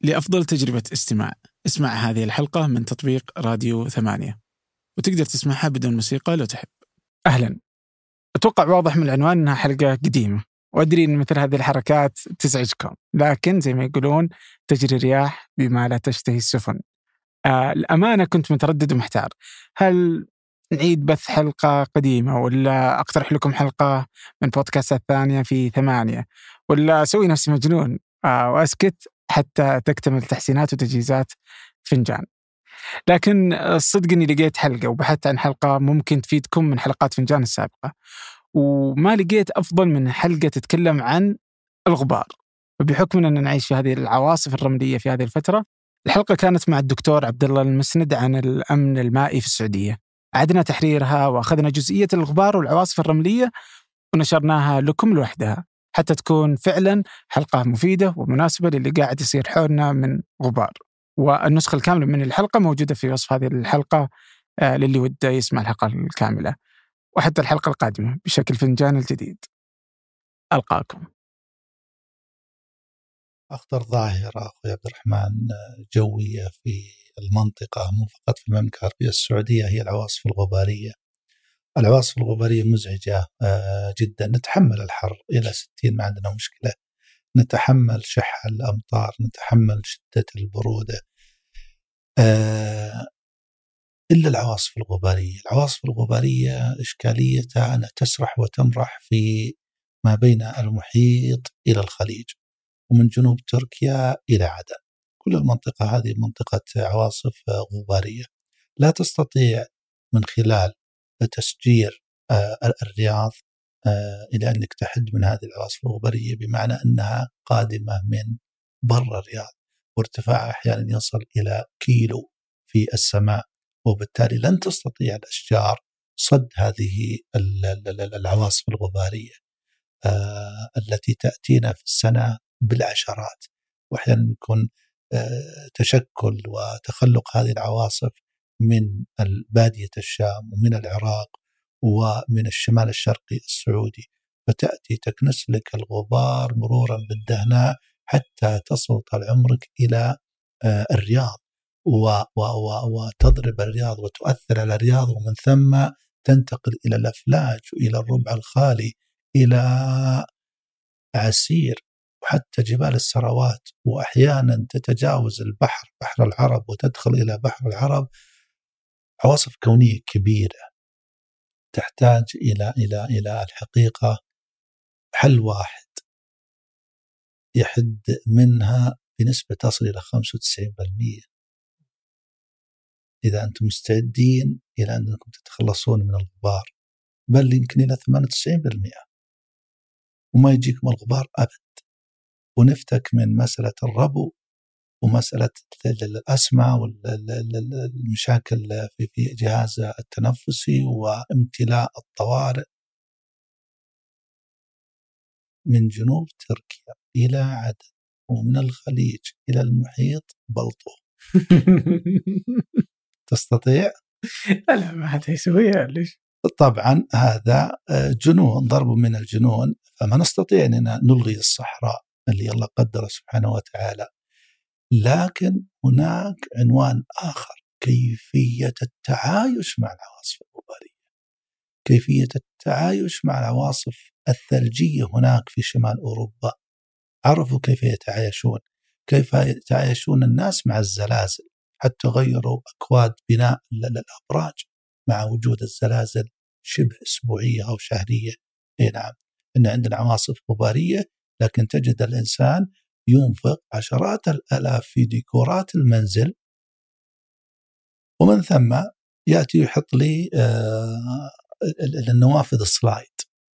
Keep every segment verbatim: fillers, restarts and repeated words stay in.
لأفضل تجربة استماع. اسمع هذه الحلقة من تطبيق راديو ثمانية، وتقدر تسمعها بدون موسيقى لو تحب. أهلا. أتوقع واضح من العنوان أنها حلقة قديمة، وأدري أن مثل هذه الحركات تزعجكم، لكن زي ما يقولون تجري رياح بما لا تشتهي السفن. آه الأمانة كنت متردد ومحتار، هل نعيد بث حلقة قديمة ولا أقترح لكم حلقة من بودكاست ثانية في ثمانية، ولا أسوي نفسي مجنون آه وأسكت حتى تكتمل تحسينات وتجهيزات فنجان. لكن الصدق أني لقيت حلقة وبحثت عن حلقة ممكن تفيدكم من حلقات فنجان السابقة، وما لقيت أفضل من حلقة تتكلم عن الغبار. وبحكم أننا نعيش في هذه العواصف الرملية في هذه الفترة، الحلقة كانت مع الدكتور عبد الله المسند عن الأمن المائي في السعودية. أعدنا تحريرها وأخذنا جزئية الغبار والعواصف الرملية ونشرناها لكم لوحدها، حتى تكون فعلا حلقة مفيدة ومناسبة للي قاعد يصير حولنا من غبار. والنسخة الكاملة من الحلقة موجودة في وصف هذه الحلقة آه للي وده يسمع الحلقة الكاملة، وحتى الحلقة القادمة بشكل فنجان الجديد. ألقاكم. أخطر ظاهرة أخوي عبد الرحمن جوية في المنطقة، مو فقط في المملكة العربية السعودية، هي العواصف الغبارية. العواصف الغبارية مزعجة جدا. نتحمل الحر إلى ستين، ما عندنا مشكلة، نتحمل شح الأمطار، نتحمل شدة البرودة، إلا العواصف الغبارية. العواصف الغبارية إشكاليتها أنها تسرح وتمرح في ما بين المحيط إلى الخليج، ومن جنوب تركيا إلى عدن. كل المنطقة هذه منطقة عواصف غبارية. لا تستطيع من خلال تسجير الرياض إلى أنك تحد من هذه العواصف الغبارية، بمعنى أنها قادمة من برا الرياض، وارتفاعها أحيانا يصل إلى كيلو في السماء، وبالتالي لن تستطيع الأشجار صد هذه العواصف الغبارية التي تأتينا في السنة بالعشرات. وأحيانا يكون تشكل وتخلق هذه العواصف من بادية الشام ومن العراق ومن الشمال الشرقي السعودي، فتأتي تكنس لك الغبار مرورا بالدهناء حتى تصل طال عمرك إلى الرياض، وتضرب الرياض وتؤثر على الرياض، ومن ثم تنتقل إلى الأفلاج وإلى الربع الخالي إلى عسير وحتى جبال السروات، وأحيانا تتجاوز البحر بحر العرب وتدخل إلى بحر العرب. عواصف كونية كبيرة تحتاج إلى إلى إلى الحقيقة حل واحد يحد منها بنسبة تصل إلى خمسة وتسعين بالمئة. إذا أنتم مستعدين إلى أنكم تتخلصون من الغبار، بل يمكن إلى ثمانية وتسعين بالمئة، وما يجيكم الغبار أبد، ونفتك من مسألة الربو ومسألة الأسمى والمشاكل في جهاز التنفسي وامتلاء الطوارئ. من جنوب تركيا إلى عدن ومن الخليج إلى المحيط بلطو. تستطيع؟ لا، ما حد يسويها. ليش؟ طبعا هذا جنون، ضرب من الجنون. فما نستطيع أننا نلغي الصحراء اللي الله قدر سبحانه وتعالى، لكن هناك عنوان آخر: كيفية التعايش مع العواصف الغبارية، كيفية التعايش مع العواصف الثلجية هناك في شمال أوروبا. عرفوا كيف يتعايشون، كيف يتعايشون الناس مع الزلازل، حتى غيروا أكواد بناء الأبراج مع وجود الزلازل شبه أسبوعية أو شهرية. أي نعم، إن عندنا عواصف غبارية، لكن تجد الإنسان ينفق عشرات الآلاف في ديكورات المنزل، ومن ثم يأتي يحط لي آه النوافذ السلايد،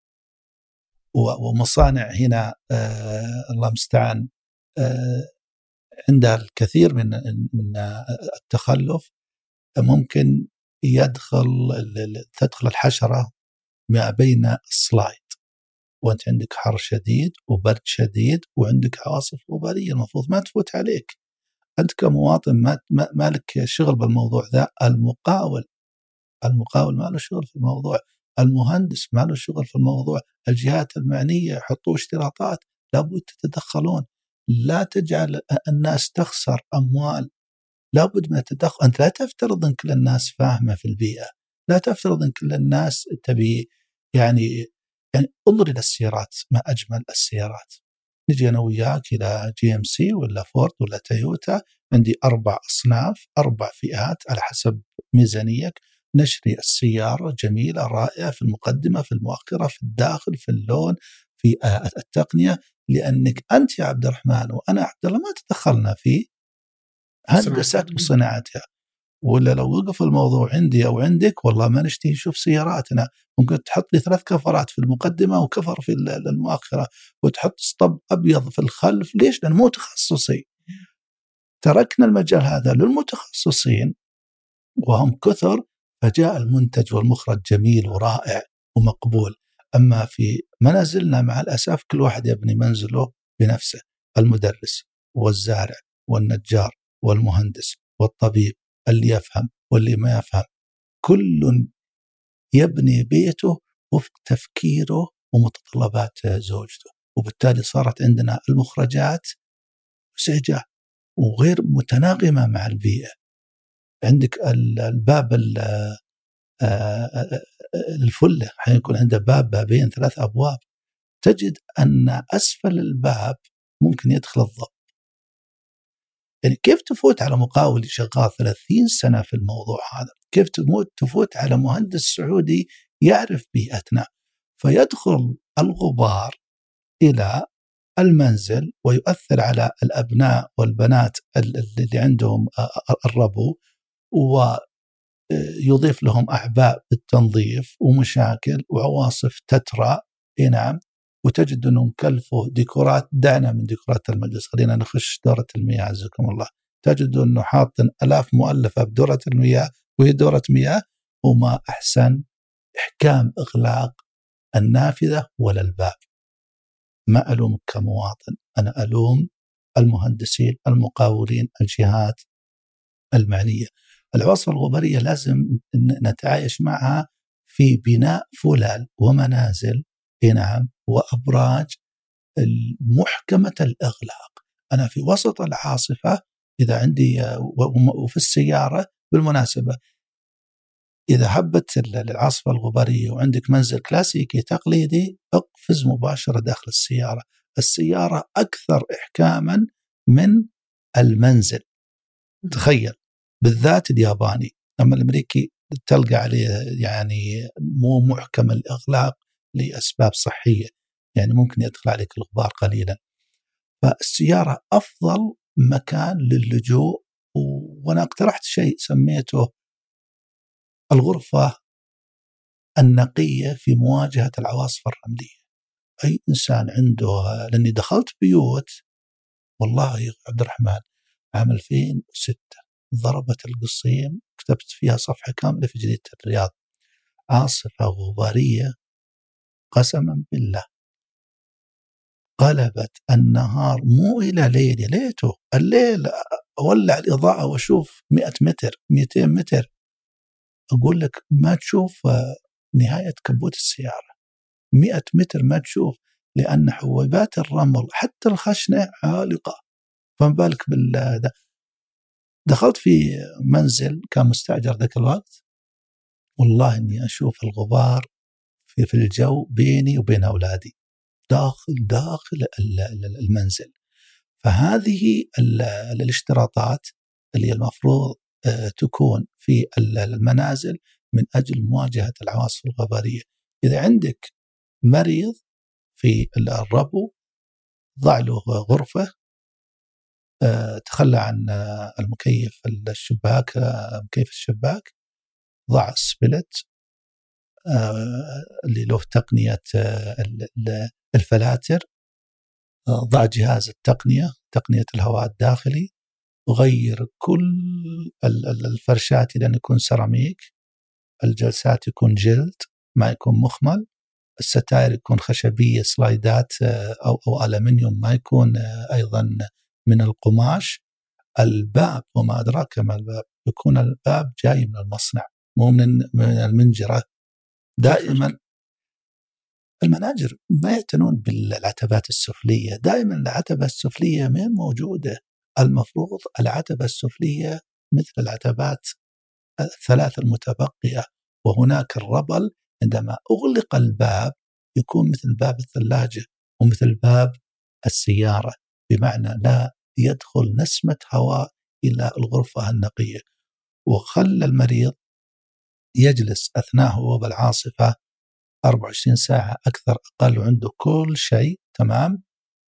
ومصانع هنا آه الله المستعان آه عندها الكثير من من التخلف. ممكن يدخل تدخل الحشرة ما بين السلايد، وأنت عندك حر شديد وبرد شديد وعندك عواصف غبارية، المفروض ما تفوت عليك. أنت كمواطن ما ما لك شغل بالموضوع ذا. المقاول المقاول ما له شغل في الموضوع، المهندس ما له شغل في الموضوع، الجهات المعنية يحطوا اشتراطات، لابد تتدخلون. لا تجعل الناس تخسر أموال، لابد من التدخل. أنت لا تفترض أن كل الناس فاهمة في البيئة، لا تفترض أن كل الناس تبي يعني يعني انظر إلى السيارات، ما أجمل السيارات. نجي أنا وياك إلى جي إم سي ولا فورد ولا تويوتا، عندي أربع أصناف، أربع فئات على حسب ميزانيك، نشري السيارة جميلة رائعة في المقدمة، في المؤخرة، في الداخل، في اللون، في التقنية، لأنك أنت يا عبد الرحمن وأنا عبد الله ما تدخلنا في هندسة وصناعتها. ولا لو وقف الموضوع عندي أو عندك والله ما نشتهي نشوف سياراتنا. ممكن تحط لي ثلاث كفرات في المقدمة وكفر في المؤخرة وتحط سطب أبيض في الخلف، ليش؟ لأنه مو تخصصي. تركنا المجال هذا للمتخصصين وهم كثر، فجاء المنتج والمخرج جميل ورائع ومقبول. أما في منازلنا مع الأسف كل واحد يبني منزله بنفسه، المدرس والزارع والنجار والمهندس والطبيب، اللي يفهم واللي ما يفهم، كل يبني بيته وفق تفكيره ومتطلبات زوجته. وبالتالي صارت عندنا المخرجات مزعجة وغير متناغمة مع البيئة. عندك الباب الفلة حيكون عنده باب بابين ثلاث أبواب، تجد أن أسفل الباب ممكن يدخل الضب. يعني كيف تفوت على مقاول شغال ثلاثين سنة في الموضوع هذا؟ كيف تفوت على مهندس سعودي يعرف بيئتنا؟ فيدخل الغبار إلى المنزل ويؤثر على الأبناء والبنات اللي عندهم الربو، ويضيف لهم أعباء بالتنظيف ومشاكل وعواصف تترى. نعم. وتجد أنه مكلفه ديكورات، دعنا من ديكورات المجلس، خلينا نخش دورة المياه عزكم الله. تجد أنه حاط ألاف مؤلفة بدورة المياه وهي دورة مياه، وما أحسن إحكام إغلاق النافذة ولا الباب. ما ألومك كمواطن، أنا ألوم المهندسين المقاولين الجهات المعنية. العواصف الغبارية لازم نتعايش معها في بناء فلل ومنازل، نعم، وأبراج محكمة الإغلاق. أنا في وسط العاصفة إذا عندي وفي السيارة، بالمناسبة إذا هبت العاصفة الغبارية وعندك منزل كلاسيكي تقليدي، اقفز مباشرة داخل السيارة. السيارة أكثر إحكاما من المنزل، تخيل، بالذات الياباني. أما الأمريكي تلقى عليه يعني مو محكم الإغلاق لأسباب صحية، يعني ممكن يدخل عليك الغبار قليلا. فالسيارة أفضل مكان للجوء. وأنا اقترحت شيء سميته الغرفة النقية في مواجهة العواصف الرملية. أي إنسان عنده، لأني دخلت بيوت والله يا عبد الرحمن عام ألفين وستة ضربت القصيم، كتبت فيها صفحة كاملة في جريدة الرياض، عاصفة غبارية قسما بالله قلبت النهار مو إلى ليل، ليته الليل أولع الإضاءة وأشوف مئة متر مئتين متر، أقول لك ما تشوف نهاية كبوت السيارة، مئة متر ما تشوف، لأن حبيبات الرمل حتى الخشنة عالقة. فما بالك بالله. دخلت في منزل كان مستأجر ذاك الوقت، والله إني أشوف الغبار في في الجو بيني وبين أولادي داخل داخل المنزل. فهذه الاشتراطات اللي المفروض تكون في المنازل من أجل مواجهة العواصف الغبارية. إذا عندك مريض في الربو ضع له غرفة، تخلى عن المكيف الشباك، مكيف الشباك، ضع سبلت اللي له تقنية الفلاتر، ضع جهاز التقنية تقنية الهواء الداخلي، وغير كل الفرشات لأن يكون سيراميك، الجلسات يكون جلد ما يكون مخمل، الستائر يكون خشبية سلايدات أو, أو ألمنيوم ما يكون أيضا من القماش. الباب وما أدراك ما الباب، يكون الباب جاي من المصنع مو من المنجرة. دائما المناجر ما يعتنون بالعتبات السفلية، دائما العتبة السفلية ما موجودة. المفروض العتبة السفلية مثل العتبات الثلاث المتبقية، وهناك الربل عندما أغلق الباب يكون مثل باب الثلاجة ومثل باب السيارة، بمعنى لا يدخل نسمة هواء إلى الغرفة النقية، وخلى المريض يجلس أثناء هبوب العاصفة أربعة وعشرين ساعة أكثر أقل عنده كل شيء تمام،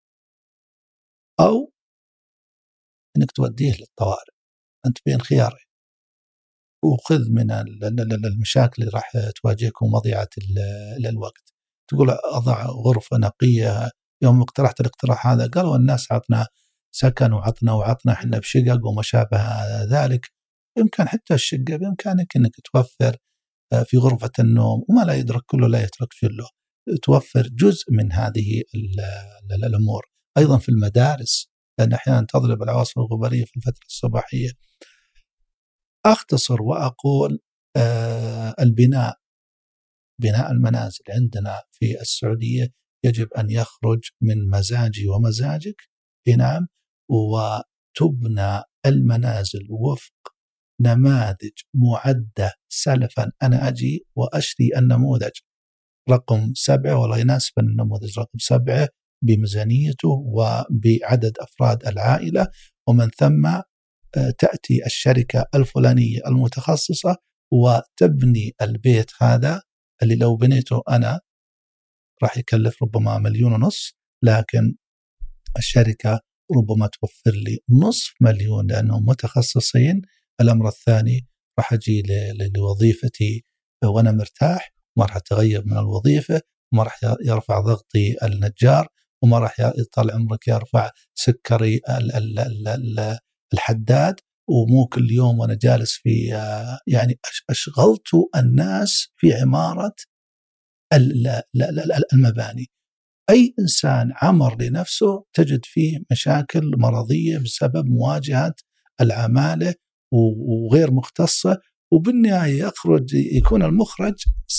أو أنك توديه للطوارئ. أنت بين خيارين، وخذ من المشاكل اللي راح تواجهكم مضيعة الوقت. تقول أضع غرفة نقية، يوم اقترحت الاقتراح هذا قالوا الناس عطنا سكن وعطنا وعطنا احنا بشقق وما شابه ذلك. يمكن حتى الشقة بإمكانك أنك توفر في غرفة النوم، وما لا يدرك كله لا يترك جله، توفر جزء من هذه الأمور. أيضا في المدارس، لأن أحيانا تضرب العواصف الغبارية في الفترة الصباحية. أختصر وأقول آه البناء بناء المنازل عندنا في السعودية يجب أن يخرج من مزاجي ومزاجك، نعم، وتبنى المنازل وفق نماذج معدة سلفا. أنا أجي وأشري النموذج رقم سبعة ولا يناسب النموذج رقم سبعة بميزانيته وبعدد أفراد العائلة، ومن ثم تأتي الشركة الفلانية المتخصصة وتبني البيت هذا اللي لو بنيته أنا راح يكلف ربما مليون ونص، لكن الشركة ربما توفر لي نصف مليون لأنهم متخصصين. الأمر الثاني راح أجي لوظيفتي وأنا مرتاح، ما راح أتغيب من الوظيفة، وما راح يرفع ضغطي النجار، وما راح يطال عمرك يرفع سكري الحداد، ومو كل يوم وأنا جالس في يعني أشغلت الناس في عمارة المباني. أي إنسان عمر لنفسه تجد فيه مشاكل مرضية بسبب مواجهة العمالة وغير مختصة، وبالنهاية يخرج يكون المخرج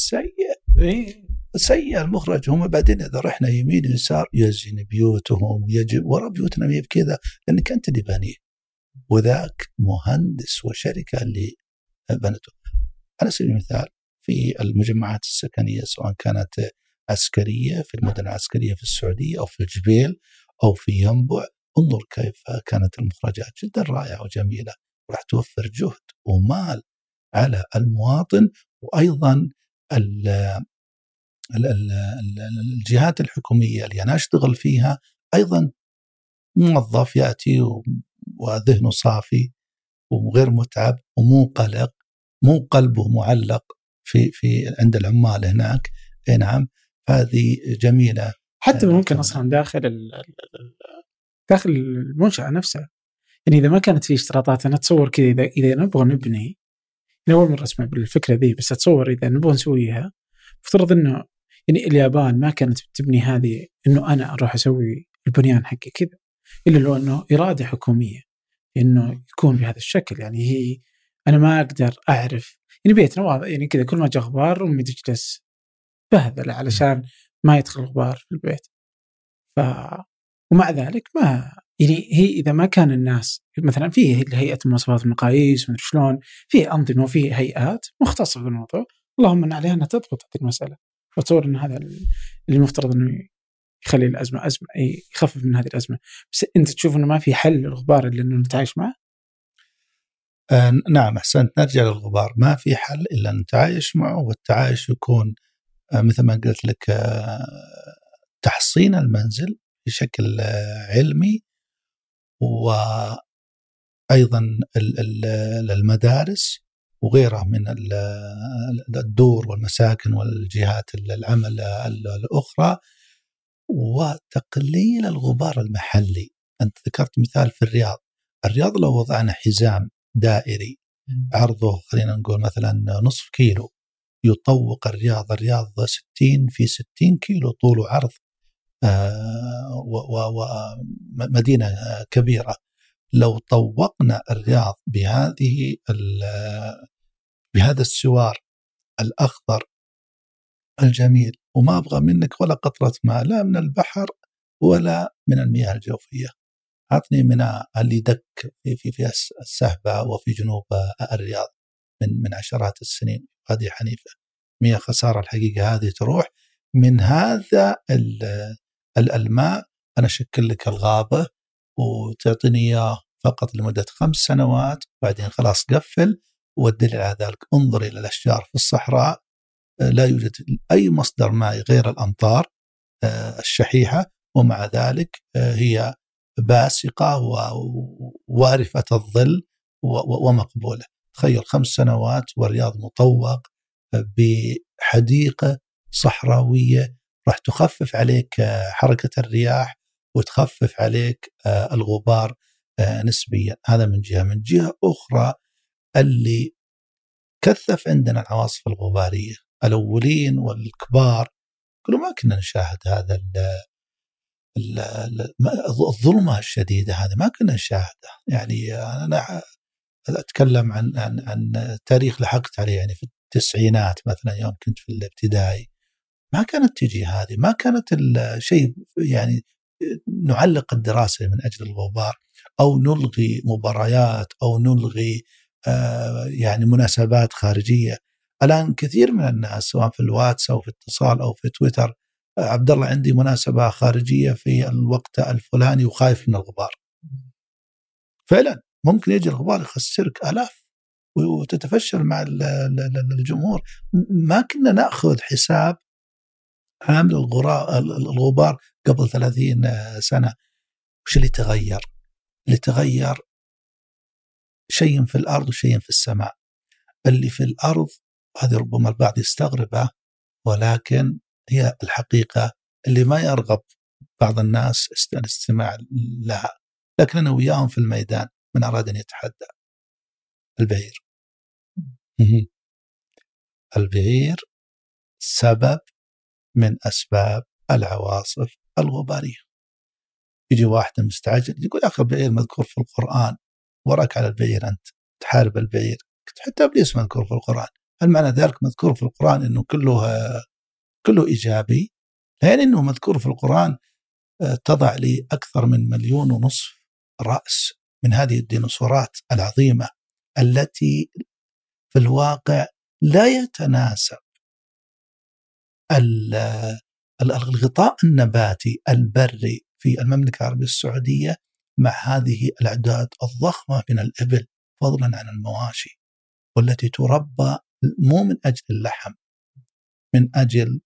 سيء سيء المخرج. هم بعدين إذا رحنا يمين يسار يزين بيوتهم ويجب وراء بيوتنا ما بكذا لأنك أنت اللي بانيه، وذاك مهندس وشركة اللي بنته. على سبيل المثال في المجمعات السكنية سواء كانت عسكرية في المدن العسكرية في السعودية أو في الجبيل أو في ينبع، انظر كيف كانت المخرجات جدا رائعة وجميلة، راح توفر جهد ومال على المواطن. وأيضا ال ال ال الجهات الحكومية اللي أنا أشتغل فيها أيضا موظف يأتي وذهنه صافي وغير متعب ومو قلق، مو قلبه معلق في في عند العمال هناك. نعم، هذه جميلة. حتى ممكن أصلا داخل داخل المنشأة نفسها، يعني إذا ما كانت في اشتراطات، أنا أتصور كذا إذا إذا نبغى نبني، أنا أول مرة أسمع بالفكرة ذي، بس أتصور إذا نبغى نسويها افترض إنه يعني اليابان ما كانت تبني هذه إنه أنا أروح أسوي البنيان حقي كذا، إلا لو إنه إرادة حكومية إنه يكون بهذا الشكل. يعني هي أنا ما أقدر أعرف يعني بيتنا واضح يعني كذا كل ما جاء غبار أمي تجلس بهذل علشان ما يدخل غبار في البيت. ف ومع ذلك ما يعني هي إذا ما كان الناس مثلا فيه هيئة مواصفات المقاييس ومدري شلون، فيه أنظمة وفيه هيئات مختصة بالموضوع، اللهم أن عليها أنها تضبط هذه المسألة. وتصور أن هذا اللي المفترض أنه يخلي الأزمة أزمة، يخفف من هذه الأزمة. بس أنت تشوف أنه ما في حل للغبار إلا أنه نتعايش معه؟ آه نعم أحسنت، نرجع للغبار. ما في حل إلا نتعايش معه، والتعايش يكون آه مثل ما قلت لك آه تحصين المنزل بشكل آه علمي، وأيضا المدارس وغيرها من الدور والمساكن والجهات العمل الأخرى، وتقليل الغبار المحلي. أنت ذكرت مثال في الرياض. الرياض لو وضعنا حزام دائري عرضه خلينا نقول مثلا نصف كيلو، يطوق الرياض الرياض ستين في ستين كيلو طول وعرض، ومدينة كبيرة. لو طوقنا الرياض بهذه بهذا السوار الأخضر الجميل، وما أبغى منك ولا قطرة ماء، لا من البحر ولا من المياه الجوفية. أعطني من اللي دك في في في السهبة وفي جنوب الرياض من من عشرات السنين. هذه حنيفة، مياه خسارة الحقيقة هذه تروح. من هذا الماء أنا أشكل لك الغابة وتعطيني إياه فقط لمدة خمس سنوات، بعدين خلاص قفل. والدليل على ذلك انظر إلى الأشجار في الصحراء، لا يوجد أي مصدر ماء غير الأمطار الشحيحة، ومع ذلك هي باسقة ووارفة الظل ومقبولة. تخيل خمس سنوات والرياض مطوق بحديقة صحراوية راح تخفف عليك حركة الرياح وتخفف عليك الغبار نسبيا. هذا من جهة. من جهة أخرى اللي كثف عندنا العواصف الغبارية الأولين والكبار كلوا ما كنا نشاهد هذا الظلمة الشديدة، هذا ما كنا نشاهده. يعني أنا أتكلم عن عن عن تاريخ لحقت عليه، يعني في التسعينات مثلا يوم كنت في الابتدائي ما كانت تجي هذه، ما كانت الشيء يعني نعلق الدراسة من أجل الغبار أو نلغي مباريات أو نلغي آه يعني مناسبات خارجية. الآن كثير من الناس سواء في الواتس أو في اتصال أو في تويتر، آه عبد الله عندي مناسبة خارجية في الوقت الفلاني وخايف من الغبار. فعلا ممكن يجي الغبار يخسرك آلاف وتتفشل مع الجمهور. ما كنا نأخذ حساب عامل الغبار قبل ثلاثين سنة. وش اللي تغير؟ اللي تغير شيء في الأرض وشيء في السماء. اللي في الأرض هذه ربما البعض يستغربها، ولكن هي الحقيقة اللي ما يرغب بعض الناس الاستماع لها، لكن أنا وياهم في الميدان من أراد أن يتحدى. البعير البعير سبب من أسباب العواصف الغبارية. يجي واحد مستعجل يقول يا أخي البعير مذكور في القرآن، وراك على البعير أنت تحارب البعير. حتى إبليس مذكور في القرآن. هل معنى ذلك مذكور في القرآن أنه كله كله إيجابي؟ لأن أنه مذكور في القرآن تضع لي أكثر من مليون ونصف رأس من هذه الديناصورات العظيمة التي في الواقع لا يتناسب الغطاء النباتي البري في المملكة العربية السعودية مع هذه الأعداد الضخمة من الإبل، فضلا عن المواشي، والتي تربى مو من أجل اللحم، من أجل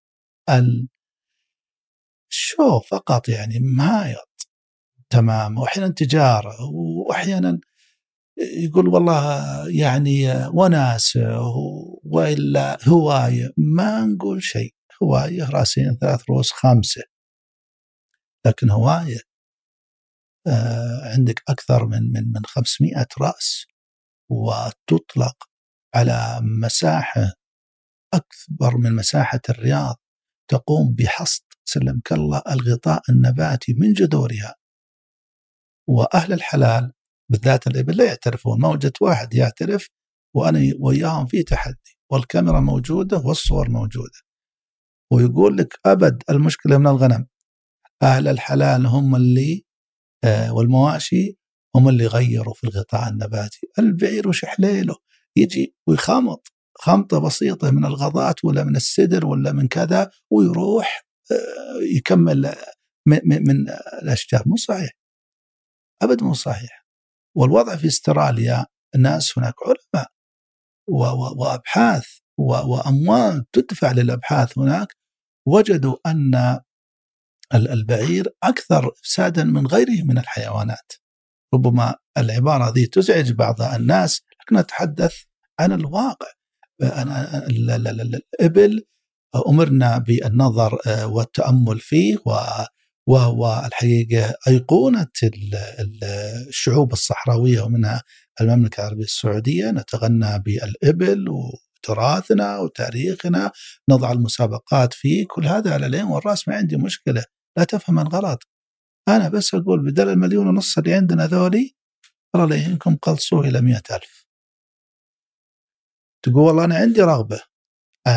الشو فقط، يعني مهايط تمام، وأحيانا تجارة، وأحيانا يقول والله يعني وناسة وإلا هواية. ما نقول شيء، هواية راسين ثلاث رؤوس خمسة، لكن هواية آه عندك أكثر من من من خمسمائة رأس وتطلق على مساحة أكبر من مساحة الرياض، تقوم بحصد سلمك الله الغطاء النباتي من جذورها. وأهل الحلال بالذات الإبل لا يعترفون، ما وجدت واحد يعترف، وأنا وياهم في تحدي، والكاميرا موجودة والصور موجودة، ويقول لك أبد المشكلة من الغنم. أهل الحلال هم اللي آه والمواشي هم اللي غيروا في الغطاء النباتي. البعير وش حليله يجي ويخامط خمطة بسيطة من الغضات ولا من السدر ولا من كذا ويروح آه يكمل من, من الأشجار. مو صحيح، أبدا مو صحيح. والوضع في استراليا الناس هناك علماء وأبحاث وأموال تدفع للأبحاث هناك، وجدوا أن البعير أكثر إفسادا من غيره من الحيوانات. ربما العبارة ذي تزعج بعض الناس، لكن نتحدث عن الواقع. أنا الإبل أمرنا بالنظر والتأمل فيه، وهو الحقيقة أيقونة الشعوب الصحراوية ومنها المملكة العربية السعودية. نتغنى بالإبل وتراثنا وتاريخنا، نضع المسابقات فيه، كل هذا على العين والرأس، ما عندي مشكلة، لا تفهم الغلط. أنا بس أقول بدل المليون ونص اللي عندنا ذولي الله لا يهينكم قلصوه إلى مئة ألف. تقول والله أنا عندي رغبة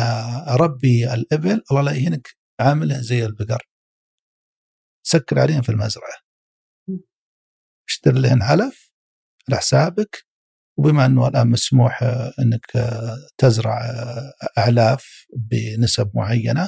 أربي الإبل الله لا يهينك عاملها زي البقر، سكر عليهم في المزرعة، اشتري لهن علف على حسابك. وبما أنه الآن مسموح أنك تزرع أعلاف بنسب معينة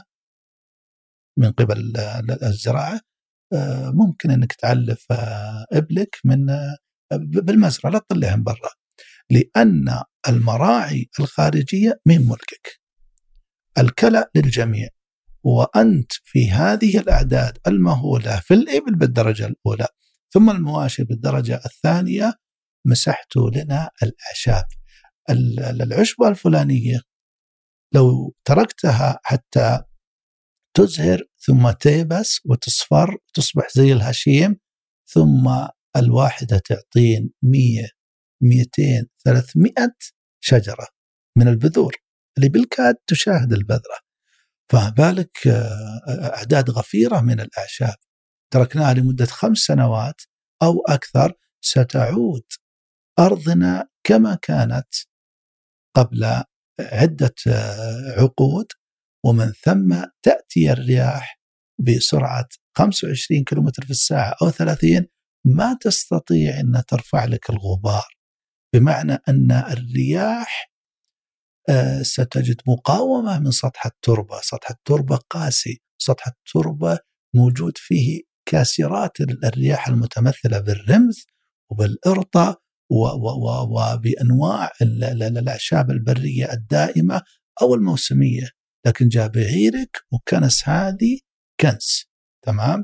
من قبل الزراعة، ممكن أنك تعلف إبلك من بالمزرعة، لا تطلعهم برا، لأن المراعي الخارجية من ملكك، الكلأ للجميع، وأنت في هذه الأعداد المهولة في الإبل بالدرجة الأولى ثم المواشي بالدرجة الثانية مسحتوا لنا الأعشاب. العشبة الفلانية لو تركتها حتى تزهر ثم تيبس وتصفر تصبح زي الهشيم، ثم الواحدة تعطين مية مئتين ثلاثمائة شجرة من البذور اللي بالكاد تشاهد البذرة، فبالك أعداد غفيرة من الأعشاب تركناها لمدة خمس سنوات أو أكثر، ستعود أرضنا كما كانت قبل عدة عقود، ومن ثم تأتي الرياح بسرعة خمسة وعشرين كيلومتر في الساعة أو ثلاثين، ما تستطيع أن ترفع لك الغبار، بمعنى أن الرياح ستجد مقاومة من سطح التربة. سطح التربة قاسي، سطح التربة موجود فيه كاسرات الرياح المتمثلة بالرمز وبالإرطة وبأنواع الأعشاب البرية الدائمة أو الموسمية. لكن جاء بعيرك وكنس هذه كنس، تمام؟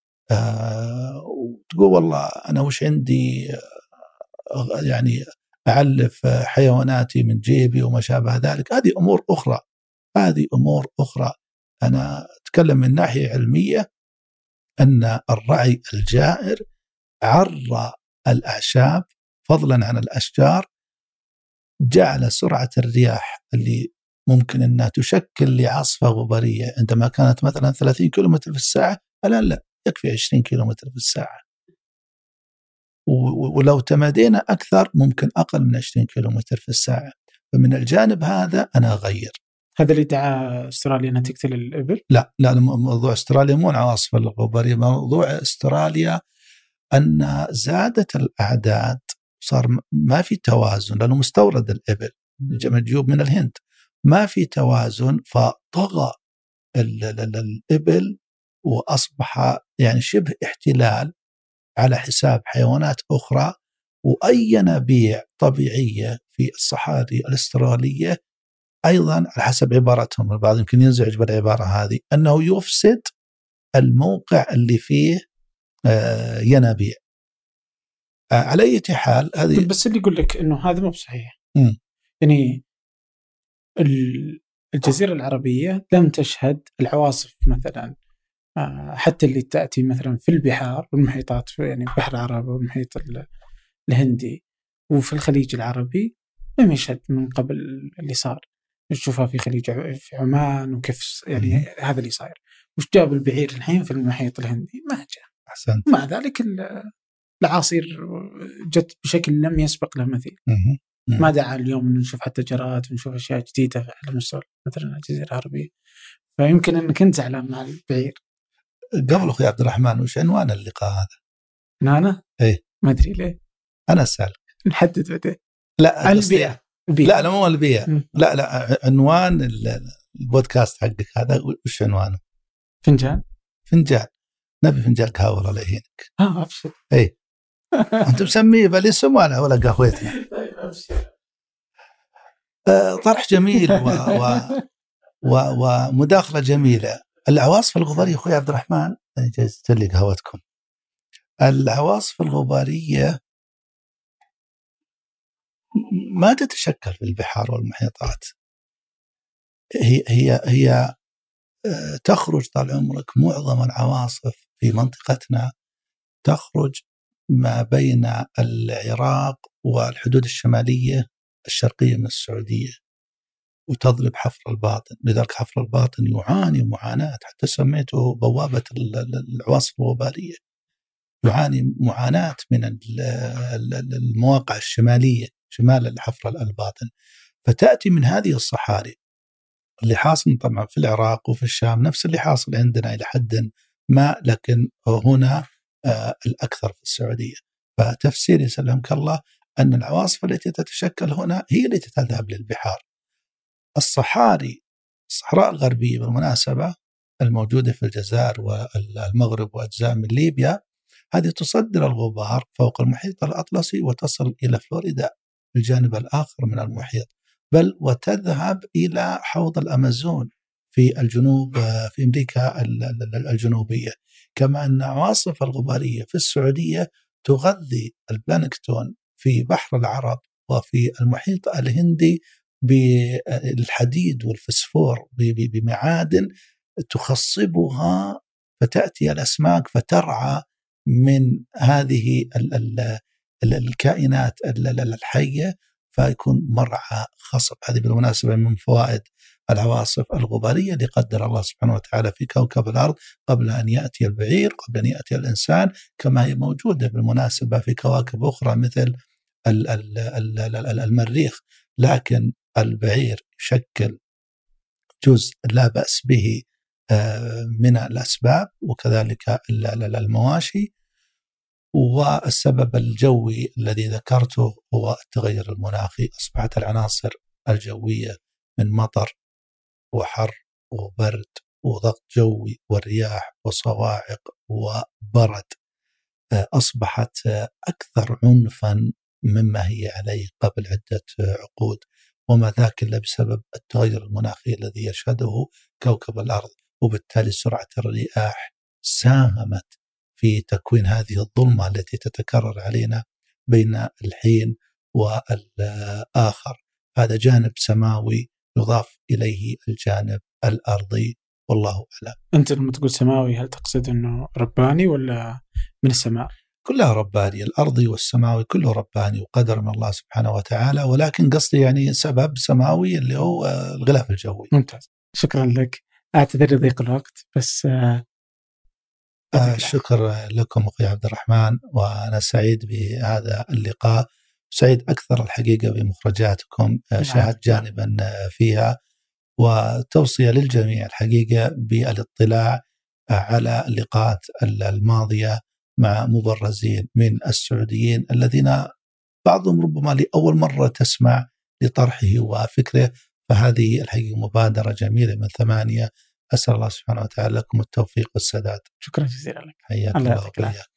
آه وتقول والله أنا وش عندي، آه يعني أعلف حيواناتي من جيبي وما شابه ذلك. هذه أمور أخرى، هذه أمور أخرى. أنا أتكلم من ناحية علمية أن الرعي الجائر عرى الأعشاب فضلا عن الأشجار، جعل سرعة الرياح اللي ممكن أنها تشكل لعاصفة غبارية عندما كانت مثلا ثلاثين كيلومتر في الساعة، الآن لا، يكفي عشرين كيلومتر في الساعة، ولو تمادينا أكثر ممكن أقل من عشرين كيلومتر في الساعة. فمن الجانب هذا أنا أغير. هذا اللي دعا استراليا أنها تقتل الإبل؟ لا لا، موضوع استراليا مو العواصف الغبارية، موضوع استراليا أن زادت الأعداد، صار ما في توازن، لأنه مستورد الإبل مجيوب من الهند، ما في توازن، فطغى الإبل وأصبح يعني شبه احتلال على حساب حيوانات أخرى. وأي ينابيع طبيعية في الصحاري الأسترالية أيضا على حسب عبارتهم، البعض يمكن ينزعج بالعبارة هذه، أنه يفسد الموقع اللي فيه ينابيع. على أي حال هذه، بس اللي يقول لك إنه هذا مو بصحيح. م. يعني الجزيرة العربية لم تشهد العواصف مثلا حتى اللي تأتي مثلا في البحار والمحيطات، يعني البحر العربي والمحيط الهندي وفي الخليج العربي، لم يشهد من قبل اللي صار. نشوفها في خليج في عمان وكيف يعني م. هذا اللي صاير. وش جاب البعير الحين في المحيط الهندي؟ ما جاء. أحسنت. مع ذلك العاصير جت بشكل لم يسبق له مثيل. ما دعا اليوم نشوف حتى جرات ونشوف أشياء جديدة على مستوى مثلا الجزيرة العربية. فيمكن أنك أنت زعلان مع البعير. قبل أخي عبد الرحمن، وش عنوان اللقاء هذا؟ أنا؟ إيه ما أدري ليه. أنا أسألك. نحدد بعدين. لا البيئة. لا لا مو البيئة. لا لا عنوان البودكاست حقك هذا وش عنوانه؟ فنجان. فنجان. نبي فنجان قهوة الله يهينك. آه أبشر. إيه. أنت مسميه بالاسم ولا ولا قهوتنا؟ طيب أبشر. آه طرح جميل و, و و ومداخلة جميلة. العواصف الغبارية أخوي عبد الرحمن، أنا جهزت لي قهوتكم. العواصف الغبارية ما تتشكل في البحار والمحيطات، هي هي هي تخرج طال عمرك. معظم العواصف في منطقتنا تخرج ما بين العراق والحدود الشمالية الشرقية من السعودية، وتضرب حفر الباطن. لذلك حفر الباطن يعاني معاناة، حتى سميته بوابة العواصف الغبارية. يعاني معاناة من المواقع الشمالية شمال الحفر الباطن، فتأتي من هذه الصحاري اللي حاصل طبعا في العراق وفي الشام نفس اللي حاصل عندنا إلى حد ما، لكن هنا آه الأكثر في السعودية. فتفسيري سلمك الله أن العواصف التي تتشكل هنا هي التي تذهب للبحار. الصحاري، الصحراء الغربية بالمناسبة الموجودة في الجزائر والمغرب وأجزاء من ليبيا، هذه تصدر الغبار فوق المحيط الأطلسي وتصل إلى فلوريدا الجانب الآخر من المحيط، بل وتذهب إلى حوض الأمازون في الجنوب في أمريكا الجنوبية. كما أن عواصف الغبارية في السعودية تغذي البلانكتون في بحر العرب وفي المحيط الهندي بالحديد والفسفور بمعادن تخصبها، فتأتي الأسماك فترعى من هذه الكائنات الحية فيكون مرعى خصب. هذه بالمناسبة من فوائد العواصف الغبارية اللي قدر الله سبحانه وتعالى في كوكب الأرض قبل أن يأتي البعير، قبل أن يأتي الإنسان، كما هي موجودة بالمناسبة في كواكب أخرى مثل المريخ. لكن البعير يشكل جزء لا بأس به من الأسباب، وكذلك المواشي. والسبب الجوي الذي ذكرته هو التغير المناخي. أصبحت العناصر الجوية من مطر وحر وبرد وضغط جوي ورياح وصواعق وبرد أصبحت أكثر عنفا مما هي عليه قبل عدة عقود، وما ذاك إلا بسبب التغير المناخي الذي يشهده كوكب الأرض. وبالتالي سرعة الرياح ساهمت في تكوين هذه الظلمة التي تتكرر علينا بين الحين والآخر. هذا جانب سماوي يضاف إليه الجانب الأرضي، والله أعلم. أنت لما تقول سماوي هل تقصد أنه رباني ولا من السماء؟ كلها رباني، الأرضي والسماوي كله رباني وقدر من الله سبحانه وتعالى، ولكن قصدي يعني سبب سماوي اللي هو الغلاف الجوي. ممتاز، شكرا لك. أعتذر لضيق الوقت بس آه آه شكرا لكم أخي عبد الرحمن، وأنا سعيد بهذا اللقاء، سعيد أكثر الحقيقة بمخرجاتكم. آه شاهدت جانبا فيها، وتوصية للجميع الحقيقة بالاطلاع على اللقاءات الماضية مع مبرزين من السعوديين الذين بعضهم ربما لأول مرة تسمع لطرحه وفكره. فهذه الحقيقة مبادرة جميلة من ثمانية. أسأل الله سبحانه وتعالى لكم التوفيق والسداد. شكرا جزيلا لك. حياك الله وبياك.